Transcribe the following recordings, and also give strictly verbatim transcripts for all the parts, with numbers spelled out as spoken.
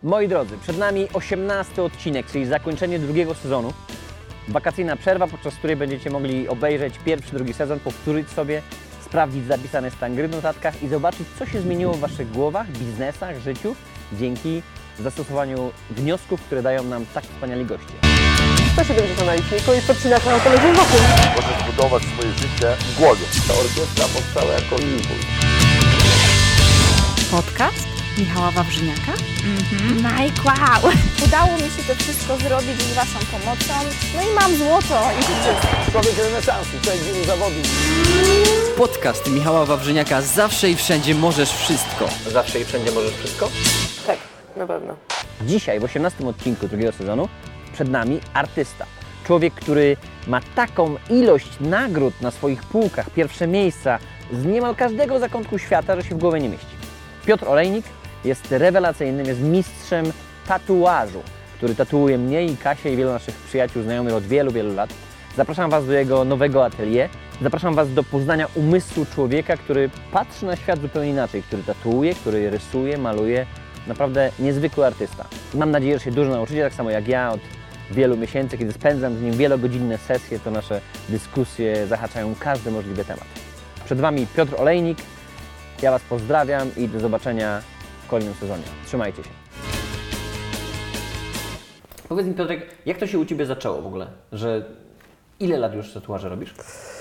Moi drodzy, przed nami osiemnasty odcinek, czyli zakończenie drugiego sezonu. Wakacyjna przerwa, podczas której będziecie mogli obejrzeć pierwszy, drugi sezon, powtórzyć sobie, sprawdzić zapisany stan gry w notatkach i zobaczyć, co się zmieniło w Waszych głowach, biznesach, życiu dzięki zastosowaniu wniosków, które dają nam tak wspaniali goście. sto siedemdziesiąt na liczniku i podcinać na koledze wokół. Możesz budować swoje życie w głowie. Ta orkiestra powstała jako impuls. Podcast Michała Wawrzyniaka. Mhm. Mike, wow! Udało mi się to wszystko zrobić z Waszą pomocą. No i mam złoto i życie. Człowiek renesansu, człowiek wielu zawodów. Podcast Michała Wawrzyniaka. Zawsze i wszędzie możesz wszystko. Zawsze i wszędzie możesz wszystko? Tak, na pewno. Dzisiaj, w osiemnastym odcinku drugiego sezonu, przed nami artysta. Człowiek, który ma taką ilość nagród na swoich półkach, pierwsze miejsca z niemal każdego zakątku świata, że się w głowie nie mieści. Piotr Olejnik jest rewelacyjnym, jest mistrzem tatuażu, który tatuuje mnie i Kasię i wielu naszych przyjaciół, znajomych od wielu, wielu lat. Zapraszam Was do jego nowego atelier. Zapraszam Was do poznania umysłu człowieka, który patrzy na świat zupełnie inaczej, który tatuuje, który rysuje, maluje. Naprawdę niezwykły artysta. Mam nadzieję, że się dużo nauczycie, tak samo jak ja od wielu miesięcy, kiedy spędzam z nim wielogodzinne sesje, to nasze dyskusje zahaczają każdy możliwy temat. Przed Wami Piotr Olejnik. Ja Was pozdrawiam i do zobaczenia w kolejnym sezonie. Trzymajcie się. Powiedz mi, Piotrek, jak to się u Ciebie zaczęło w ogóle? Że ile lat już tatuaże robisz?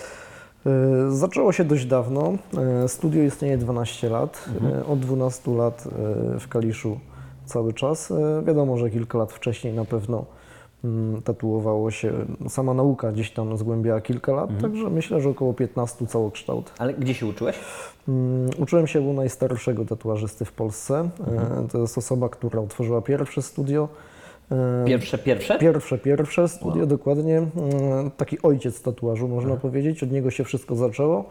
Zaczęło się dość dawno. Studio istnieje dwanaście lat. Mhm. Od dwunastu lat w Kaliszu cały czas. Wiadomo, że kilka lat wcześniej na pewno tatuowało się. Sama nauka gdzieś tam zgłębiała kilka lat, mhm. także myślę, że około piętnastu całokształt. Ale gdzie się uczyłeś? Uczyłem się u najstarszego tatuażysty w Polsce. Mhm. To jest osoba, która otworzyła pierwsze studio. Pierwsze, pierwsze? Pierwsze, pierwsze studio, wow. Dokładnie. Taki ojciec tatuażu, można Aha. powiedzieć. Od niego się wszystko zaczęło.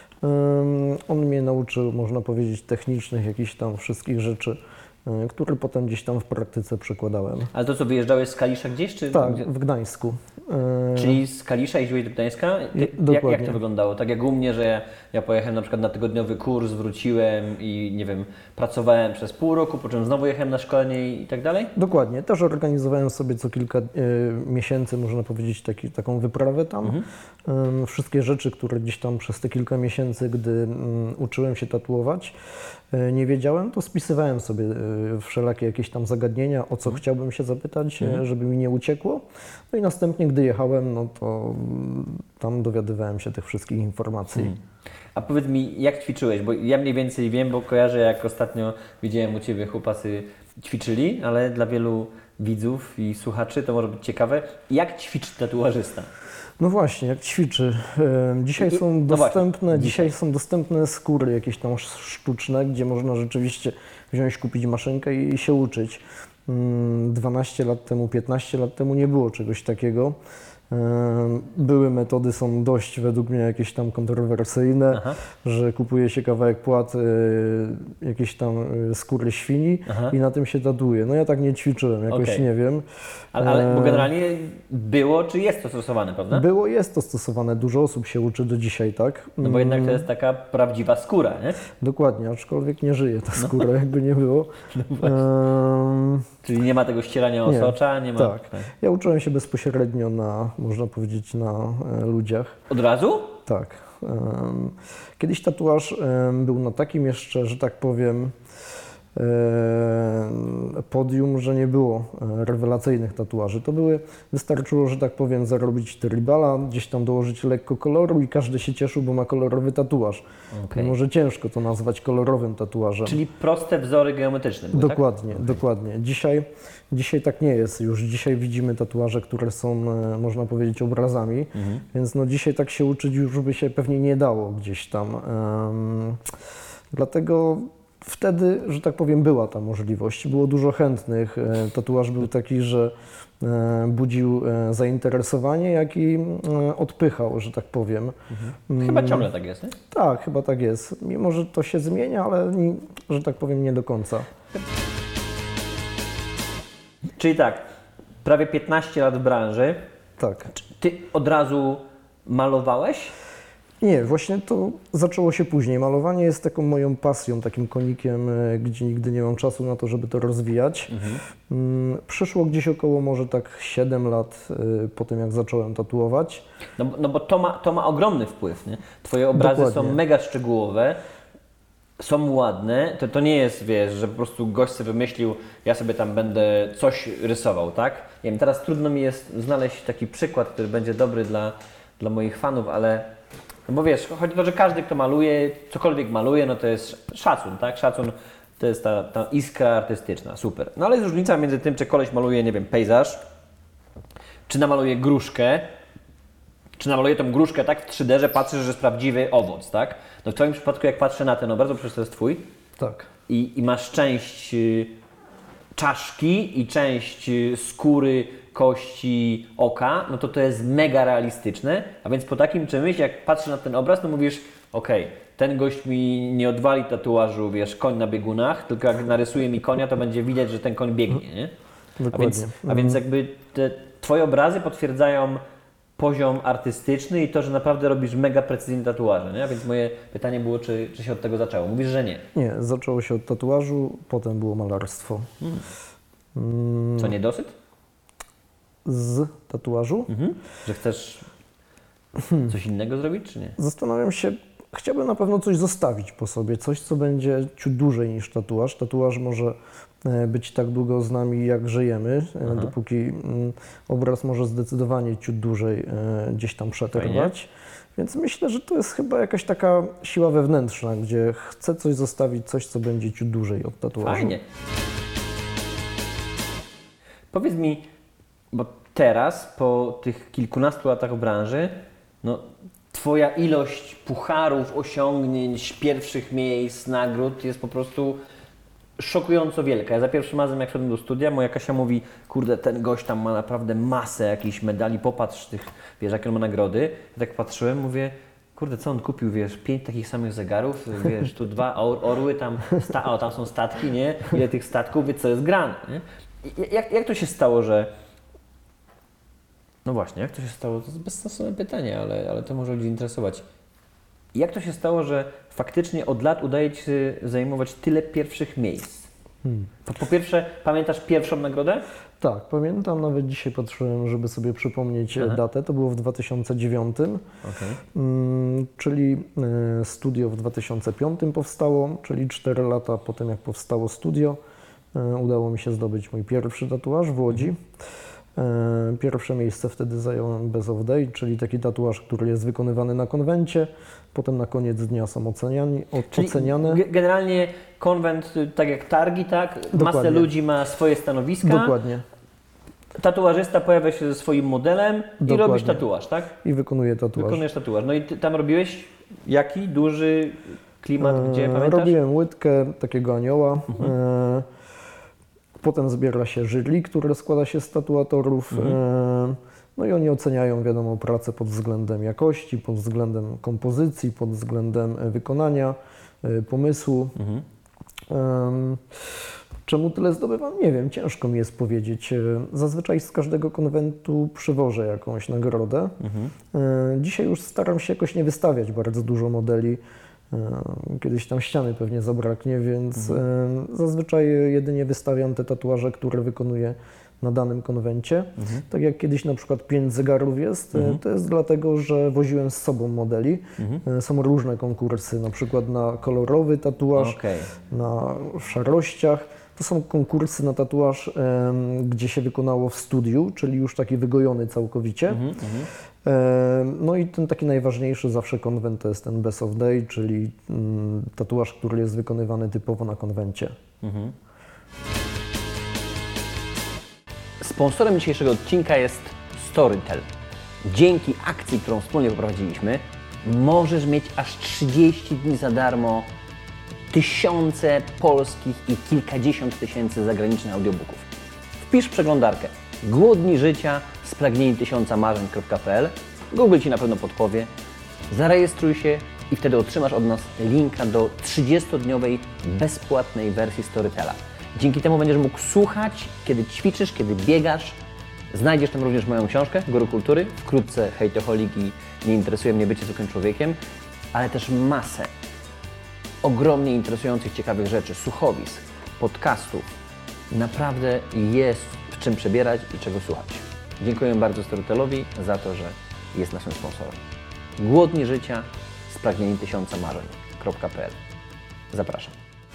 On mnie nauczył, można powiedzieć, technicznych jakichś tam wszystkich rzeczy, które potem gdzieś tam w praktyce przekładałem. Ale to co, wyjeżdżałeś z Kalisza gdzieś? Czy tak, gdzie? w Gdańsku. Czyli z Kalisza jeździłeś do Gdańska? Jak, jak, jak to wyglądało? Tak jak u mnie, że ja, ja pojechałem na przykład na tygodniowy kurs, wróciłem i nie wiem, pracowałem przez pół roku, po czym znowu jechałem na szkolenie i tak dalej? Dokładnie. Też organizowałem sobie co kilka y, miesięcy, można powiedzieć, taki, taką wyprawę tam. Mhm. Y, wszystkie rzeczy, które gdzieś tam przez te kilka miesięcy, gdy y, uczyłem się tatuować, y, nie wiedziałem, to spisywałem sobie y, wszelakie jakieś tam zagadnienia, o co mhm. chciałbym się zapytać, mhm. y, żeby mi nie uciekło. No i następnie, gdy jechałem, no to y, tam dowiadywałem się tych wszystkich informacji. Mhm. A powiedz mi, jak ćwiczyłeś? Bo ja mniej więcej wiem, bo kojarzę, jak ostatnio widziałem u Ciebie chłopacy ćwiczyli, ale dla wielu widzów i słuchaczy to może być ciekawe. Jak ćwiczy tatuażysta? No właśnie, jak ćwiczy. Dzisiaj są no dostępne, właśnie, dzisiaj. dzisiaj są dostępne skóry jakieś tam sztuczne, gdzie można rzeczywiście wziąć, kupić maszynkę i się uczyć. dwanaście lat temu, piętnaście lat temu nie było czegoś takiego. Były metody, są dość według mnie jakieś tam kontrowersyjne, Aha. że kupuje się kawałek płat, jakieś tam skóry świni Aha. i na tym się tatuuje. No ja tak nie ćwiczyłem, jakoś okay. nie wiem. Ale, ale bo generalnie było, czy jest to stosowane, prawda? Było, jest to stosowane. Dużo osób się uczy do dzisiaj, tak? No bo jednak to jest taka prawdziwa skóra, nie? Dokładnie, aczkolwiek nie żyje ta skóra, no. jakby nie było. No um, Czyli nie ma tego ścierania osocza? Nie ma. Tak. tak. Ja uczyłem się bezpośrednio na, można powiedzieć, na e, ludziach. Od razu? Tak. Um, kiedyś tatuaż um, był na takim jeszcze, że tak powiem, podium, że nie było rewelacyjnych tatuaży. To były, wystarczyło, że tak powiem, zarobić tribala, gdzieś tam dołożyć lekko koloru i każdy się cieszył, bo ma kolorowy tatuaż. Okay. Może ciężko to nazwać kolorowym tatuażem. Czyli proste wzory geometryczne były, Dokładnie, tak? dokładnie. Dzisiaj, dzisiaj tak nie jest już. Dzisiaj widzimy tatuaże, które są, można powiedzieć, obrazami, mhm. więc no dzisiaj tak się uczyć już by się pewnie nie dało gdzieś tam. Um, dlatego wtedy, że tak powiem, była ta możliwość. Było dużo chętnych. Tatuaż był taki, że budził zainteresowanie, jak i odpychał, że tak powiem. Mhm. Chyba ciągle tak jest, nie? Tak, chyba tak jest. Mimo, że to się zmienia, ale, że tak powiem, nie do końca. Czyli tak, prawie piętnaście lat w branży. Tak. Ty od razu malowałeś? Nie, właśnie to zaczęło się później. Malowanie jest taką moją pasją, takim konikiem, e, gdzie nigdy nie mam czasu na to, żeby to rozwijać. Mhm. Mm, Przyszło gdzieś około może tak siedem lat e, po tym, jak zacząłem tatuować. No, bo- no bo to ma, to ma ogromny wpływ, nie? Twoje obrazy Dokładnie. są mega szczegółowe, są ładne, to, to nie jest, wiesz, że po prostu gość sobie wymyślił, ja sobie tam będę coś rysował, tak? Nie wiem, teraz trudno mi jest znaleźć taki przykład, który będzie dobry dla, dla moich fanów, ale no bo wiesz, chodzi o to, że każdy, kto maluje, cokolwiek maluje, no to jest szacun, tak? Szacun to jest ta, ta iskra artystyczna, super. No ale jest różnica między tym, czy koleś maluje, nie wiem, pejzaż, czy namaluje gruszkę, czy namaluje tą gruszkę tak w trzy D, że patrzysz, że jest prawdziwy owoc, tak? No w Twoim przypadku, jak patrzę na ten obraz, bo przecież to jest Twój, Tak. i, i masz część y, czaszki i część y, skóry, kości, oka, no to to jest mega realistyczne, a więc po takim czymś, jak patrzysz na ten obraz, to mówisz, okej, ten gość mi nie odwali tatuażu, wiesz, koń na biegunach, tylko jak narysuje mi konia, to będzie widać, że ten koń biegnie, nie? A Dokładnie. więc, a więc jakby te Twoje obrazy potwierdzają poziom artystyczny i to, że naprawdę robisz mega precyzyjne tatuaże, nie? A więc moje pytanie było, czy, czy się od tego zaczęło. Mówisz, że nie. Nie, zaczęło się od tatuażu, potem było malarstwo. Co, niedosyt? Z tatuażu Mhm. Że chcesz coś innego zrobić, czy nie? zastanawiam się, chciałbym na pewno coś zostawić po sobie, coś, co będzie ciut dłużej niż tatuaż. Tatuaż może e, być tak długo z nami, jak żyjemy, e, dopóki mm, obraz może zdecydowanie ciut dłużej e, gdzieś tam przetrwać. Więc myślę, że to jest chyba jakaś taka siła wewnętrzna, gdzie chcę coś zostawić, coś, co będzie ciut dłużej od tatuażu. Fajnie. Powiedz mi, bo teraz, po tych kilkunastu latach w branży, no Twoja ilość pucharów, osiągnięć, pierwszych miejsc, nagród jest po prostu szokująco wielka. Ja za pierwszym razem, jak wszedłem do studia, moja Kasia mówi, kurde, ten gość tam ma naprawdę masę jakichś medali, popatrz tych, wiesz, jakie on ma nagrody. Ja tak patrzyłem, mówię, kurde, co on kupił, wiesz, pięć takich samych zegarów, wiesz, tu dwa or orły, tam, sta o, tam są statki, nie? Ile tych statków, wie, co jest grane, nie? I jak, jak to się stało, że... No właśnie, jak to się stało? To jest bezsensowne pytanie, ale, ale to może ludzi interesować. Jak to się stało, że faktycznie od lat udaje Ci się zajmować tyle pierwszych miejsc? Hmm. Po, po pierwsze, pamiętasz pierwszą nagrodę? Tak, pamiętam, nawet dzisiaj patrzyłem, żeby sobie przypomnieć Aha. datę, to było w dwa tysiące dziewiątym, Okay. mm, czyli e, studio w dwa tysiące piątym powstało, czyli cztery lata po tym, jak powstało studio, e, udało mi się zdobyć mój pierwszy tatuaż w Łodzi. E, Pierwsze miejsce wtedy zająłem Best of Day, czyli taki tatuaż, który jest wykonywany na konwencie, potem na koniec dnia są oceniani, o, Czyli oceniane. ge- generalnie konwent, y, tak jak targi, tak? Masę Dokładnie. ludzi ma swoje stanowiska. Dokładnie. Tatuażysta pojawia się ze swoim modelem i Dokładnie. robisz tatuaż, tak? I wykonuję tatuaż. Wykonujesz tatuaż. No i ty tam robiłeś jaki? Duży klimat, gdzie E, pamiętasz? Robiłem łydkę takiego anioła. E, Potem zbiera się jury, które składa się z tatuatorów. Mhm. E, no i oni oceniają, wiadomo, pracę pod względem jakości, pod względem kompozycji, pod względem e, wykonania, e, pomysłu. Mhm. Em, Czemu tyle zdobywam? Nie wiem, ciężko mi jest powiedzieć. E, Zazwyczaj z każdego konwentu przywożę jakąś nagrodę. Mhm. E, Dzisiaj już staram się jakoś nie wystawiać bardzo dużo modeli. E, Kiedyś tam ściany pewnie zabraknie, więc Mhm. e, zazwyczaj jedynie wystawiam te tatuaże, które wykonuję na danym konwencie. Mhm. Tak jak kiedyś na przykład pięć zegarów jest, e, Mhm. to jest dlatego, że woziłem z sobą modeli. Mhm. E, Są różne konkursy, na przykład na kolorowy tatuaż, Okej. na szarościach. To są konkursy na tatuaż, em, gdzie się wykonało w studiu, czyli już taki wygojony całkowicie. Mhm, mhm. Em, No i ten taki najważniejszy zawsze konwent to jest ten Best of Day, czyli mm, tatuaż, który jest wykonywany typowo na konwencie. Mhm. Sponsorem dzisiejszego odcinka jest Storytel. Dzięki akcji, którą wspólnie poprowadziliśmy, możesz mieć aż trzydzieści dni za darmo tysiące polskich i kilkadziesiąt tysięcy zagranicznych audiobooków. Wpisz w przeglądarkę Głodni życia, spragnieni tysiąca marzeń kropka p l. Google Ci na pewno podpowie. Zarejestruj się i wtedy otrzymasz od nas linka do trzydziestodniowej bezpłatnej wersji Storytela. Dzięki temu będziesz mógł słuchać, kiedy ćwiczysz, kiedy biegasz, Znajdziesz tam również moją książkę Guru Kultury, wkrótce Hejtoholik i Nie interesuje mnie bycie zwykłym człowiekiem, ale też masę ogromnie interesujących, ciekawych rzeczy, słuchowisk, podcastów. Naprawdę jest w czym przebierać i czego słuchać. Dziękuję bardzo Storytelowi za to, że jest naszym sponsorem. Głodni życia, spragnieni tysiąca marzeń kropka pe el. Zapraszam.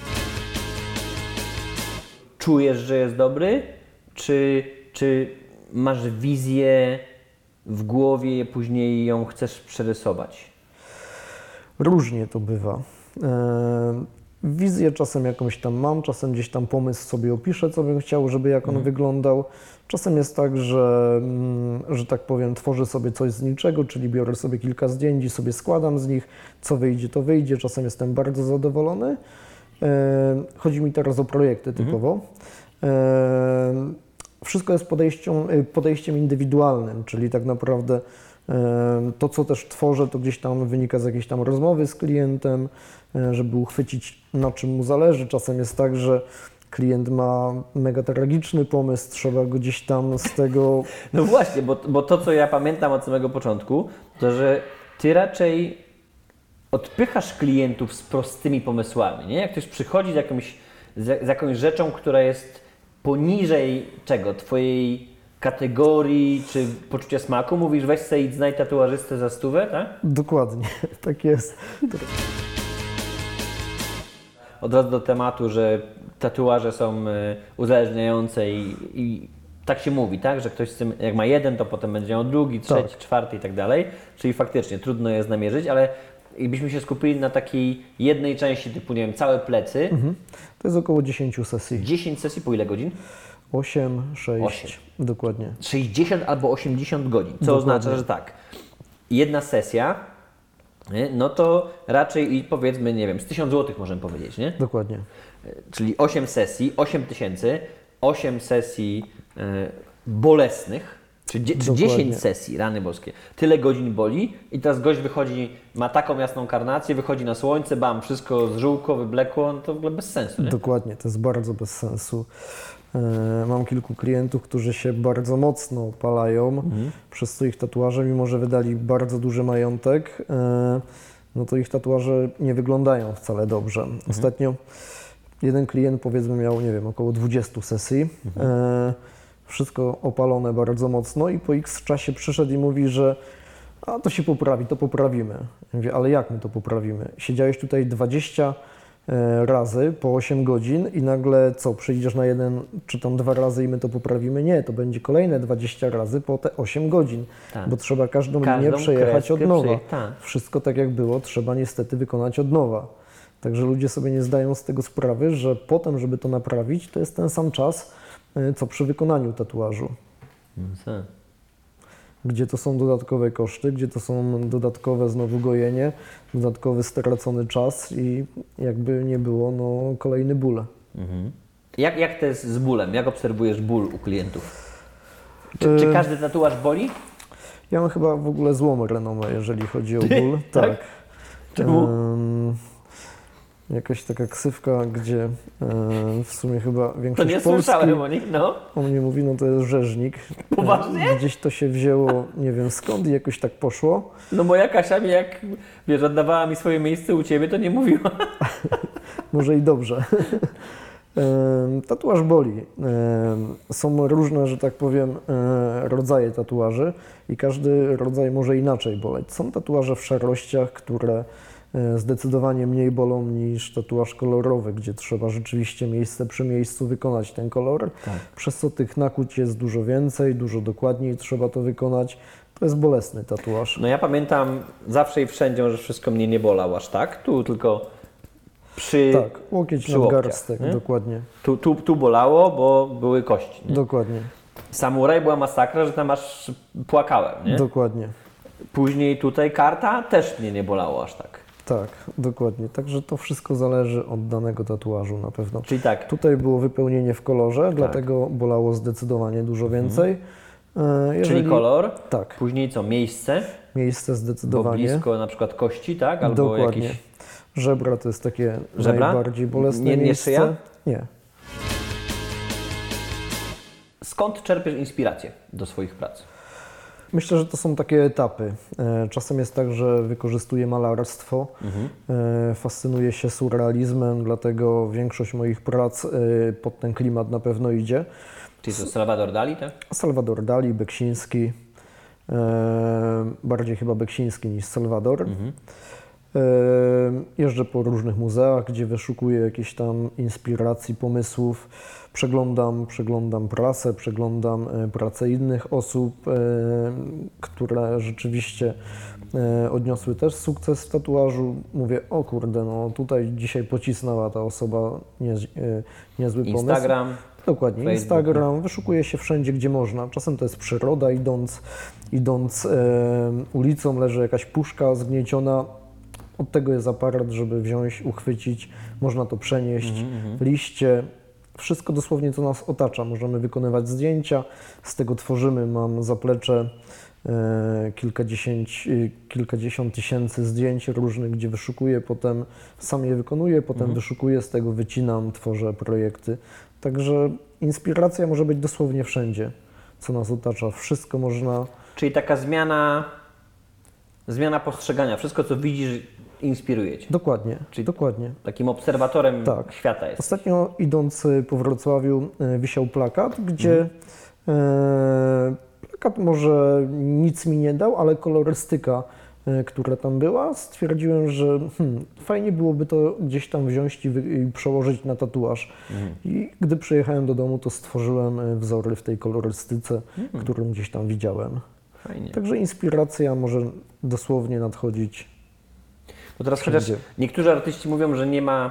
Czujesz, że jest dobry? Czy, czy masz wizję w głowie i później ją chcesz przerysować? Różnie to bywa. E, wizję czasem jakąś tam mam, czasem gdzieś tam pomysł sobie opiszę, co bym chciał, żeby jak on Mhm. wyglądał. Czasem jest tak, że, mm, że tak powiem, tworzę sobie coś z niczego, czyli biorę sobie kilka zdjęć i sobie składam z nich, co wyjdzie, to wyjdzie. Czasem jestem bardzo zadowolony. E, chodzi mi teraz o projekty typowo. E, wszystko jest podejściem, podejściem indywidualnym, czyli tak naprawdę e, to, co też tworzę, to gdzieś tam wynika z jakiejś tam rozmowy z klientem, e, żeby uchwycić, na czym mu zależy. Czasem jest tak, że klient ma mega tragiczny pomysł, trzeba go gdzieś tam z tego... No właśnie, bo, bo to, co ja pamiętam od samego początku, to że ty raczej odpychasz klientów z prostymi pomysłami, nie? Jak ktoś przychodzi z jakąś, z, z jakąś rzeczą, która jest poniżej czego? Twojej kategorii czy poczucia smaku, mówisz weź sobie i znajdź tatuażystę za stówę, tak? Dokładnie, tak jest. Od razu do tematu, że tatuaże są y, uzależniające i, i tak się mówi, tak? Że ktoś z tym, jak ma jeden, to potem będzie miał drugi, trzeci, Tak. czwarty i tak dalej. Czyli faktycznie trudno jest namierzyć, ale jakbyśmy się skupili na takiej jednej części typu, nie wiem, całe plecy, Mhm. To jest około dziesięć sesji. dziesięć sesji po ile godzin? osiem, sześć, Osiem. dokładnie. sześćdziesiąt albo osiemdziesiąt godzin, co Dokładnie. oznacza, że tak, jedna sesja, nie? No to raczej i powiedzmy, nie wiem, z tysiąc złotych możemy powiedzieć, nie? Dokładnie. Czyli osiem sesji, osiem tysięcy, osiem sesji e, bolesnych, czy, dzie, czy Dokładnie. dziesięć sesji, rany boskie. Tyle godzin boli i teraz gość wychodzi, ma taką jasną karnację, wychodzi na słońce, bam, wszystko zżółkło, wyblekło, no to w ogóle bez sensu, nie? Dokładnie, to jest bardzo bez sensu. E, Mam kilku klientów, którzy się bardzo mocno opalają Mhm. przez co ich tatuaże, mimo że wydali bardzo duży majątek, e, no to ich tatuaże nie wyglądają wcale dobrze. Mhm. Ostatnio jeden klient, powiedzmy, miał, nie wiem, około dwadzieścia sesji, Mhm. e, wszystko opalone bardzo mocno i po X czasie przyszedł i mówi, że a to się poprawi, to poprawimy. Ja mówię, ale jak my to poprawimy? Siedziałeś tutaj dwadzieścia e, razy po osiem godzin i nagle co, przyjdziesz na jeden czy tam dwa razy i my to poprawimy? Nie, to będzie kolejne dwadzieścia razy po te osiem godzin, Tak. bo trzeba każdą, Każdą linię przejechać od kreskę nowa. przeje- tak. Wszystko tak jak było, trzeba niestety wykonać od nowa. Także ludzie sobie nie zdają z tego sprawy, że potem, żeby to naprawić, to jest ten sam czas, e, co przy wykonaniu tatuażu. No co? Gdzie to są dodatkowe koszty, gdzie to są dodatkowe znowu gojenie, dodatkowy stracony czas i jakby nie było, no kolejny ból. Mhm. Jak, jak to jest z bólem? Jak obserwujesz ból u klientów? Czy, czy Y- każdy tatuaż boli? Ja mam chyba w ogóle złą renomę, jeżeli chodzi o ból. Tak? Tak. Czemu? Ym, jakaś taka ksywka, gdzie ym, w sumie chyba To większość nie Polski słyszałem o nich, no. o mnie mówi, no to jest rzeźnik. Poważnie? Ym, Gdzieś to się wzięło, nie wiem skąd i jakoś tak poszło. No moja Kasia mi jak, wiesz, oddawała mi swoje miejsce u Ciebie, to nie mówiła. Może i dobrze. Em, Tatuaż boli. Em, Są różne, że tak powiem, e, rodzaje tatuaży i każdy rodzaj może inaczej boleć. Są tatuaże w szarościach, które e, zdecydowanie mniej bolą niż tatuaż kolorowy, gdzie trzeba rzeczywiście miejsce przy miejscu wykonać ten kolor, przez co tych nakłuć jest dużo więcej, dużo dokładniej trzeba to wykonać. To jest bolesny tatuaż. No ja pamiętam zawsze i wszędzie, że wszystko mnie nie bolało aż tak. Tu tylko przy... Tak, łokieć przy łokciach, nadgarstek, nie? dokładnie, Tu, tu, tu bolało, bo były kości. Nie? dokładnie, Samuraj była masakra, że tam aż płakałem, nie? dokładnie. Później tutaj karta też mnie nie bolało aż tak. Tak, dokładnie. Także to wszystko zależy od danego tatuażu na pewno. Czyli tak, Tutaj było wypełnienie w kolorze, dlatego bolało zdecydowanie dużo więcej. E, Jeżeli, czyli kolor, Tak, później co, miejsce, miejsce bo zdecydowanie. blisko na przykład kości, tak? Albo Dokładnie. jakieś... Żebra to jest takie Żebra? najbardziej bolesne Nie- nie miejsce. szyja? Nie. Skąd czerpiesz inspirację do swoich prac? Myślę, że to są takie etapy. E, Czasem jest tak, że wykorzystuję malarstwo, Mhm. e, fascynuję się surrealizmem, dlatego większość moich prac e, pod ten klimat na pewno idzie. Czyli to Salvador Dali, tak? Salvador Dali, Beksiński, e, bardziej chyba Beksiński niż Salvador. Mhm. E, jeżdżę po różnych muzeach, gdzie wyszukuję jakieś tam inspiracji, pomysłów. Przeglądam, przeglądam prasę, przeglądam e, pracę innych osób, e, które rzeczywiście e, odniosły też sukces w tatuażu. Mówię, o kurde, no tutaj dzisiaj pocisnęła ta osoba nie, e, niezły pomysł. Instagram. Dokładnie, Facebook. Instagram, wyszukuje się wszędzie, gdzie można. Czasem to jest przyroda, idąc, idąc e, ulicą leży jakaś puszka zgnieciona. Od tego jest aparat, żeby wziąć, uchwycić, można to przenieść, Mhm, liście, wszystko dosłownie, co nas otacza. Możemy wykonywać zdjęcia, z tego tworzymy, mam zaplecze e, kilkadziesiąt, e, kilkadziesiąt tysięcy zdjęć różnych, gdzie wyszukuję, potem sam je wykonuję, potem Mhm. wyszukuję, z tego wycinam, tworzę projekty. Także inspiracja może być dosłownie wszędzie, co nas otacza. Wszystko można... Czyli taka zmiana, zmiana postrzegania. Wszystko, co widzisz, inspiruje Cię. Dokładnie, Czyli- dokładnie. Takim obserwatorem Tak. świata jest. Ostatnio idąc e, po Wrocławiu e, wisiał plakat, gdzie e, plakat może nic mi nie dał, ale kolorystyka, e, która tam była, stwierdziłem, że hmm, fajnie byłoby to gdzieś tam wziąć i, wy, i przełożyć na tatuaż. I gdy przyjechałem do domu, to stworzyłem e, wzory w tej kolorystyce, którą gdzieś tam widziałem. Fajnie. Także inspiracja może dosłownie nadchodzić. Bo teraz Wszędzie. chociaż niektórzy artyści mówią, że nie ma,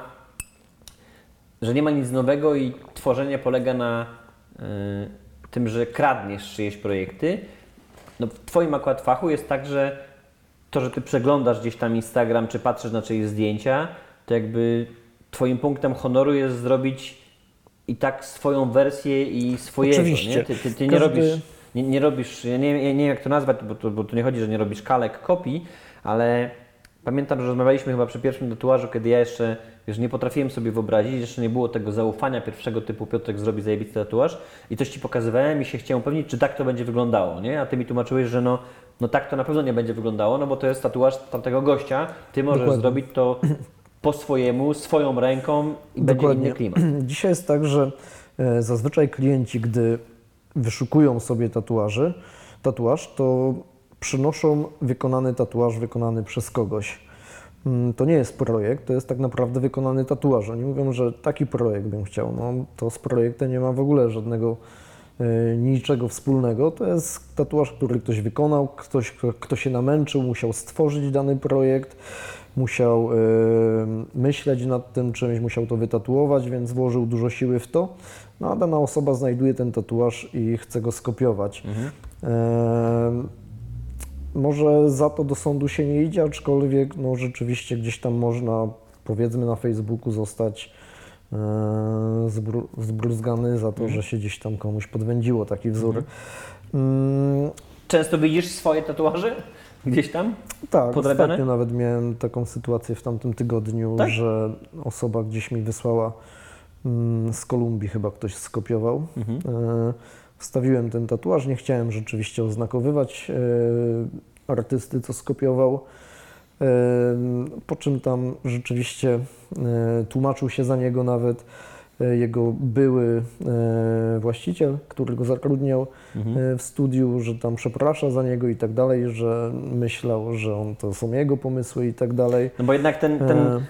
że nie ma nic nowego i tworzenie polega na y, tym, że kradniesz czyjeś projekty. No, w Twoim akurat fachu jest tak, że to, że Ty przeglądasz gdzieś tam Instagram, czy patrzysz na czyjeś zdjęcia, to jakby Twoim punktem honoru jest zrobić i tak swoją wersję i swojego. Oczywiście. Nie? Ty, ty, ty nie Każdy- robisz, nie, nie robisz, ja nie, ja nie wiem jak to nazwać, bo tu, bo tu nie chodzi, że nie robisz kalek, kopii, ale pamiętam, że rozmawialiśmy chyba przy pierwszym tatuażu, kiedy ja jeszcze, wiesz, nie potrafiłem sobie wyobrazić, jeszcze nie było tego zaufania pierwszego typu, Piotrek zrobi zajebisty tatuaż i coś Ci pokazywałem i się chciałem upewnić, czy tak to będzie wyglądało, nie? A Ty mi tłumaczyłeś, że no, no tak to na pewno nie będzie wyglądało, no bo to jest tatuaż tamtego gościa, Ty możesz Dokładnie. zrobić to po swojemu, swoją ręką i będzie inny klimat. Dzisiaj jest tak, że e, zazwyczaj klienci, gdy wyszukują sobie tatuaży, tatuaż, to przynoszą wykonany tatuaż wykonany przez kogoś. Mm, To nie jest projekt, to jest tak naprawdę wykonany tatuaż. Oni mówią, że taki projekt bym chciał. No, to z projektem nie ma w ogóle żadnego e, niczego wspólnego. To jest tatuaż, który ktoś wykonał, ktoś, kto, kto się namęczył, musiał stworzyć dany projekt, musiał e, myśleć nad tym czymś, musiał to wytatuować, więc włożył dużo siły w to. No, a dana osoba znajduje ten tatuaż i chce go skopiować. E, Może za to do sądu się nie idzie, aczkolwiek no, rzeczywiście gdzieś tam można, powiedzmy na Facebooku, zostać e, zbru, zbruzgany za to, że się gdzieś tam komuś podwędziło taki wzór. Mm, Często widzisz swoje tatuaże gdzieś tam? tak, Podrabiane? ostatnio nawet miałem taką sytuację w tamtym tygodniu, Tak? że osoba gdzieś mi wysłała mm, z Kolumbii, chyba ktoś skopiował. E, Wstawiłem ten tatuaż, nie chciałem rzeczywiście oznakowywać e, artysty, co skopiował, e, po czym tam rzeczywiście e, tłumaczył się za niego nawet e, jego były e, właściciel, który go zatrudniał e, w studiu, że tam przeprasza za niego i tak dalej, że myślał, że on to są jego pomysły i tak dalej. No bo jednak ten, ten E,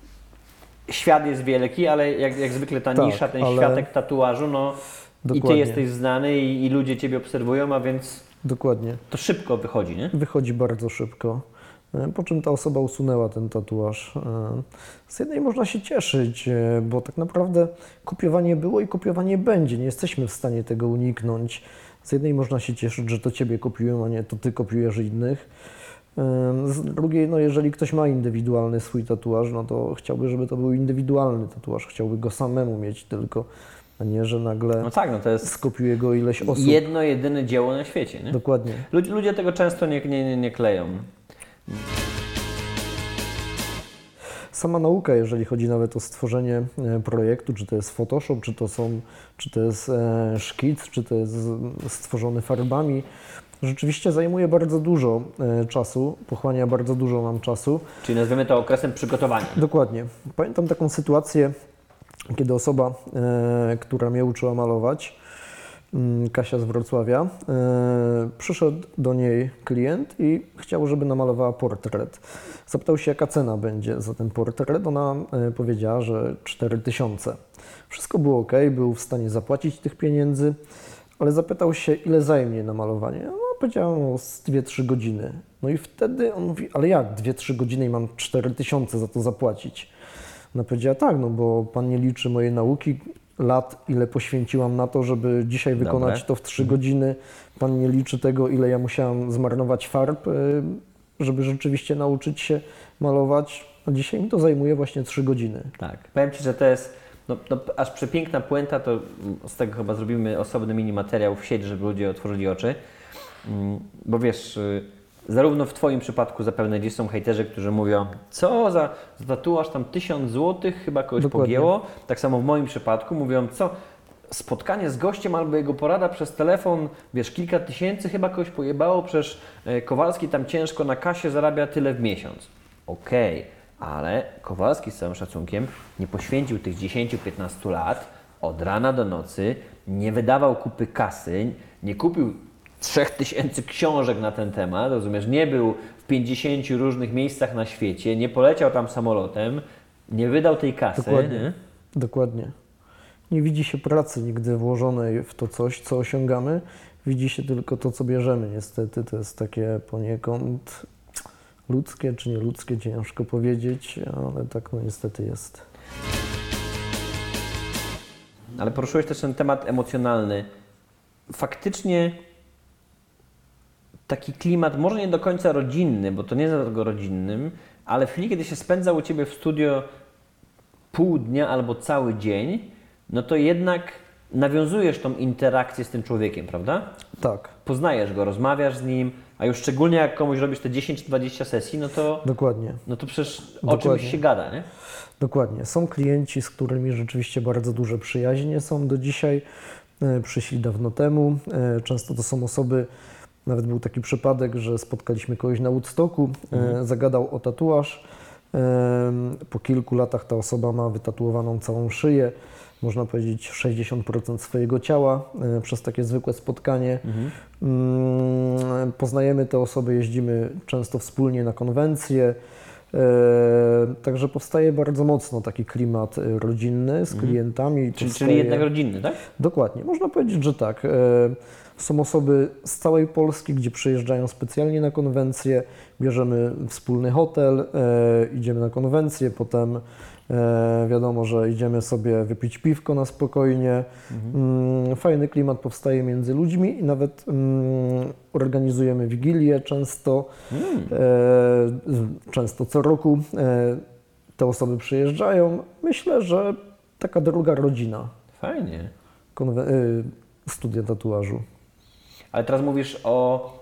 świat jest wielki, ale jak, jak zwykle ta Tak, nisza, ten ale- światek tatuażu, no i Ty Dokładnie. jesteś znany i, i ludzie Ciebie obserwują, a więc Dokładnie. to szybko wychodzi, nie? Wychodzi bardzo szybko. E, Po czym ta osoba usunęła ten tatuaż. E, Z jednej można się cieszyć, e, bo tak naprawdę kopiowanie było i kopiowanie będzie. Nie jesteśmy w stanie tego uniknąć. Z jednej można się cieszyć, że to Ciebie kopiują, a nie to Ty kopiujesz innych. E, Z drugiej, no jeżeli ktoś ma indywidualny swój tatuaż, no to chciałby, żeby to był indywidualny tatuaż. Chciałby go samemu mieć tylko, a nie, że nagle No tak, no to jest skopiuje go ileś osób. jedno, jedyne dzieło na świecie, nie? Dokładnie. Ludzie, ludzie tego często nie, nie, nie, nie kleją. sama nauka, jeżeli chodzi nawet o stworzenie e, projektu, czy to jest Photoshop, czy to są, czy to jest e, szkic, czy to jest stworzony farbami, rzeczywiście zajmuje bardzo dużo e, czasu, pochłania bardzo dużo nam czasu. Czyli nazwiemy to okresem przygotowania. Dokładnie. Pamiętam taką sytuację, kiedy osoba, e, która mnie uczyła malować, m, Kasia z Wrocławia, e, przyszedł do niej klient i chciał, żeby namalowała portret. Zapytał się, jaka cena będzie za ten portret. Ona e, powiedziała, że cztery tysiące. Wszystko było ok, był w stanie zapłacić tych pieniędzy, ale zapytał się, ile zajmie namalowanie. No, powiedziała, no, z dwie trzy godziny. No i wtedy on mówi, ale jak dwie trzy godziny i mam cztery tysiące za to zapłacić? Ona powiedziała, tak, no bo pan nie liczy mojej nauki, lat, ile poświęciłam na to, żeby dzisiaj wykonać Dobre. to w trzy godziny. Pan nie liczy tego, ile ja musiałam zmarnować farb, y, żeby rzeczywiście nauczyć się malować. A dzisiaj mi to zajmuje właśnie trzy godziny. Tak. Powiem Ci, że to jest no, no, aż przepiękna puenta, to z tego chyba zrobimy osobny mini materiał w sieć, żeby ludzie otworzyli oczy. Mm, Bo wiesz, y, zarówno w Twoim przypadku zapewne gdzieś są hejterzy, którzy mówią, co za, za tatuaż tam tysiąc złotych, chyba kogoś Dokładnie. pogięło. Tak samo w moim przypadku mówią, co spotkanie z gościem albo jego porada przez telefon, wiesz, kilka tysięcy, chyba kogoś pojebało, przecież e, Kowalski tam ciężko na kasie zarabia tyle w miesiąc. Okej, ale Kowalski z całym szacunkiem nie poświęcił tych dziesięć do piętnastu lat od rana do nocy, nie wydawał kupy kasy, nie kupił trzech tysięcy książek na ten temat, rozumiesz, nie był w pięćdziesięciu różnych miejscach na świecie, nie poleciał tam samolotem, nie wydał tej kasy. Dokładnie. Nie? Dokładnie. Nie widzi się pracy nigdy włożonej w to coś, co osiągamy. Widzi się tylko to, co bierzemy. Niestety to jest takie poniekąd ludzkie, czy nie ludzkie, ciężko powiedzieć, ale tak no niestety jest. Ale poruszyłeś też ten temat emocjonalny. Faktycznie taki klimat, może nie do końca rodzinny, bo to nie jest dlatego rodzinnym, ale w chwili, kiedy się spędza u Ciebie w studio pół dnia albo cały dzień, no to jednak nawiązujesz tą interakcję z tym człowiekiem, prawda? Tak, Poznajesz go, rozmawiasz z nim, a już szczególnie jak komuś robisz te dziesięć dwadzieścia sesji, no to, dokładnie. no to przecież o Dokładnie. czymś się gada, nie? Dokładnie. Są klienci, z którymi rzeczywiście bardzo duże przyjaźnie są do dzisiaj. E, Przyszli dawno temu. E, Często to są osoby, nawet był taki przypadek, że spotkaliśmy kogoś na Woodstocku, e, zagadał o tatuaż. E, Po kilku latach ta osoba ma wytatuowaną całą szyję, można powiedzieć sześćdziesiąt procent swojego ciała e, przez takie zwykłe spotkanie. Mm, Poznajemy te osoby, jeździmy często wspólnie na konwencje. E, Także powstaje bardzo mocno taki klimat e, rodzinny z klientami. Czyli, powstaje- czyli jednak rodzinny, tak? Dokładnie, można powiedzieć, że tak. E, Są osoby z całej Polski, gdzie przyjeżdżają specjalnie na konwencję, bierzemy wspólny hotel, e, idziemy na konwencję, potem e, wiadomo, że idziemy sobie wypić piwko na spokojnie. Mm, Fajny klimat powstaje między ludźmi i nawet mm, organizujemy wigilię często, e, często co roku. E, Te osoby przyjeżdżają. Myślę, że taka druga rodzina. Fajnie. Konwe- y, studia tatuażu. Ale teraz mówisz o,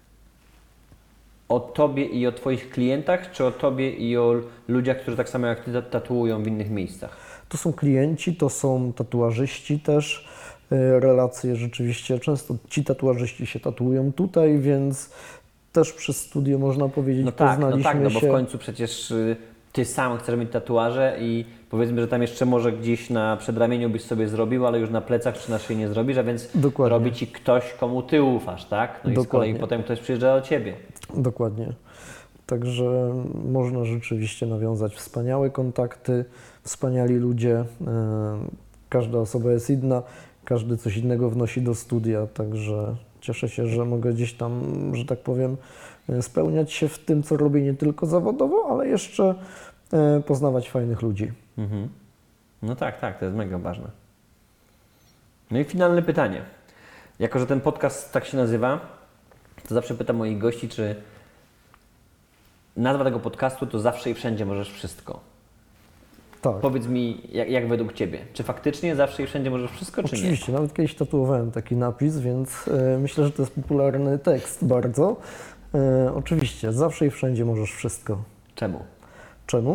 o Tobie i o Twoich klientach, czy o Tobie i o ludziach, którzy tak samo jak Ty tatuują w innych miejscach? To są klienci, to są tatuażyści też. Y, Relacje rzeczywiście, często ci tatuażyści się tatuują tutaj, więc też przez studio można powiedzieć No tak, no poznaliśmy tak, no bo się. w końcu przecież y, Ty sam chcesz mieć tatuaże i powiedzmy, że tam jeszcze może gdzieś na przedramieniu byś sobie zrobił, ale już na plecach czy na szyi nie zrobisz, a więc Dokładnie. robi Ci ktoś, komu Ty ufasz, tak? No i z kolei Dokładnie. potem ktoś przyjeżdża do Ciebie. Dokładnie. Także można rzeczywiście nawiązać wspaniałe kontakty, wspaniali ludzie. y, Każda osoba jest inna, każdy coś innego wnosi do studia, także cieszę się, że mogę gdzieś tam, że tak powiem, y, spełniać się w tym, co robię nie tylko zawodowo, ale jeszcze y, poznawać fajnych ludzi. Mhm. No tak, tak, to jest mega ważne. No i finalne pytanie. Jako że ten podcast tak się nazywa, to zawsze pytam moich gości, czy nazwa tego podcastu to zawsze i wszędzie możesz wszystko. Tak, Powiedz mi, jak, jak według Ciebie, czy faktycznie zawsze i wszędzie możesz wszystko, czy nie? oczywiście. Nawet kiedyś tatuowałem taki napis, więc y, myślę, że to jest popularny tekst bardzo. Y, Oczywiście, zawsze i wszędzie możesz wszystko. Czemu? Czemu?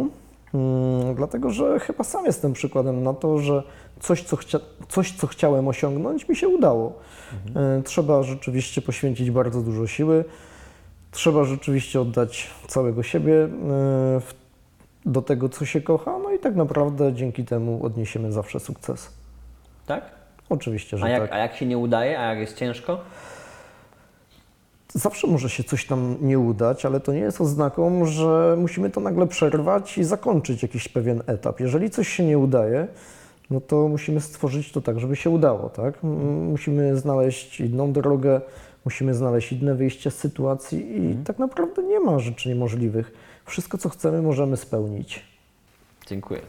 Hmm, dlatego, że chyba sam jestem przykładem na to, że coś, co, chcia, coś, co chciałem osiągnąć, mi się udało. Mhm. Trzeba rzeczywiście poświęcić bardzo dużo siły, trzeba rzeczywiście oddać całego siebie w, do tego, co się kocha, no i tak naprawdę dzięki temu odniesiemy zawsze sukces. Tak? Oczywiście, że a jak, tak. A jak się nie udaje, a jak jest ciężko? Zawsze może się coś tam nie udać, ale to nie jest oznaką, że musimy to nagle przerwać i zakończyć jakiś pewien etap. Jeżeli coś się nie udaje, no to musimy stworzyć to tak, żeby się udało, tak? Musimy znaleźć inną drogę, musimy znaleźć inne wyjście z sytuacji i mhm. tak naprawdę nie ma rzeczy niemożliwych. Wszystko, co chcemy, możemy spełnić. Dziękuję.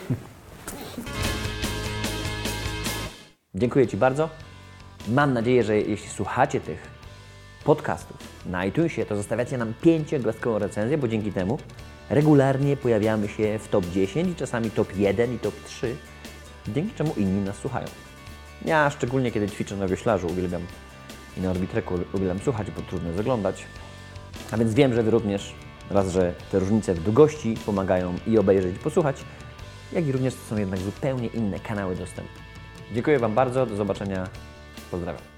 Dziękuję Ci bardzo. Mam nadzieję, że jeśli słuchacie tych podcastów na iTunesie, to zostawiacie nam pięciogwiazdkową recenzję, bo dzięki temu regularnie pojawiamy się w top dziesięć i czasami top jeden i top trzy, dzięki czemu inni nas słuchają. Ja szczególnie kiedy ćwiczę na wioślarzu uwielbiam i na orbitreku uwielbiam słuchać, bo trudno jest oglądać. A więc wiem, że Wy również raz, że te różnice w długości pomagają i obejrzeć i posłuchać, jak i również to są jednak zupełnie inne kanały dostępu. Dziękuję Wam bardzo, do zobaczenia, pozdrawiam.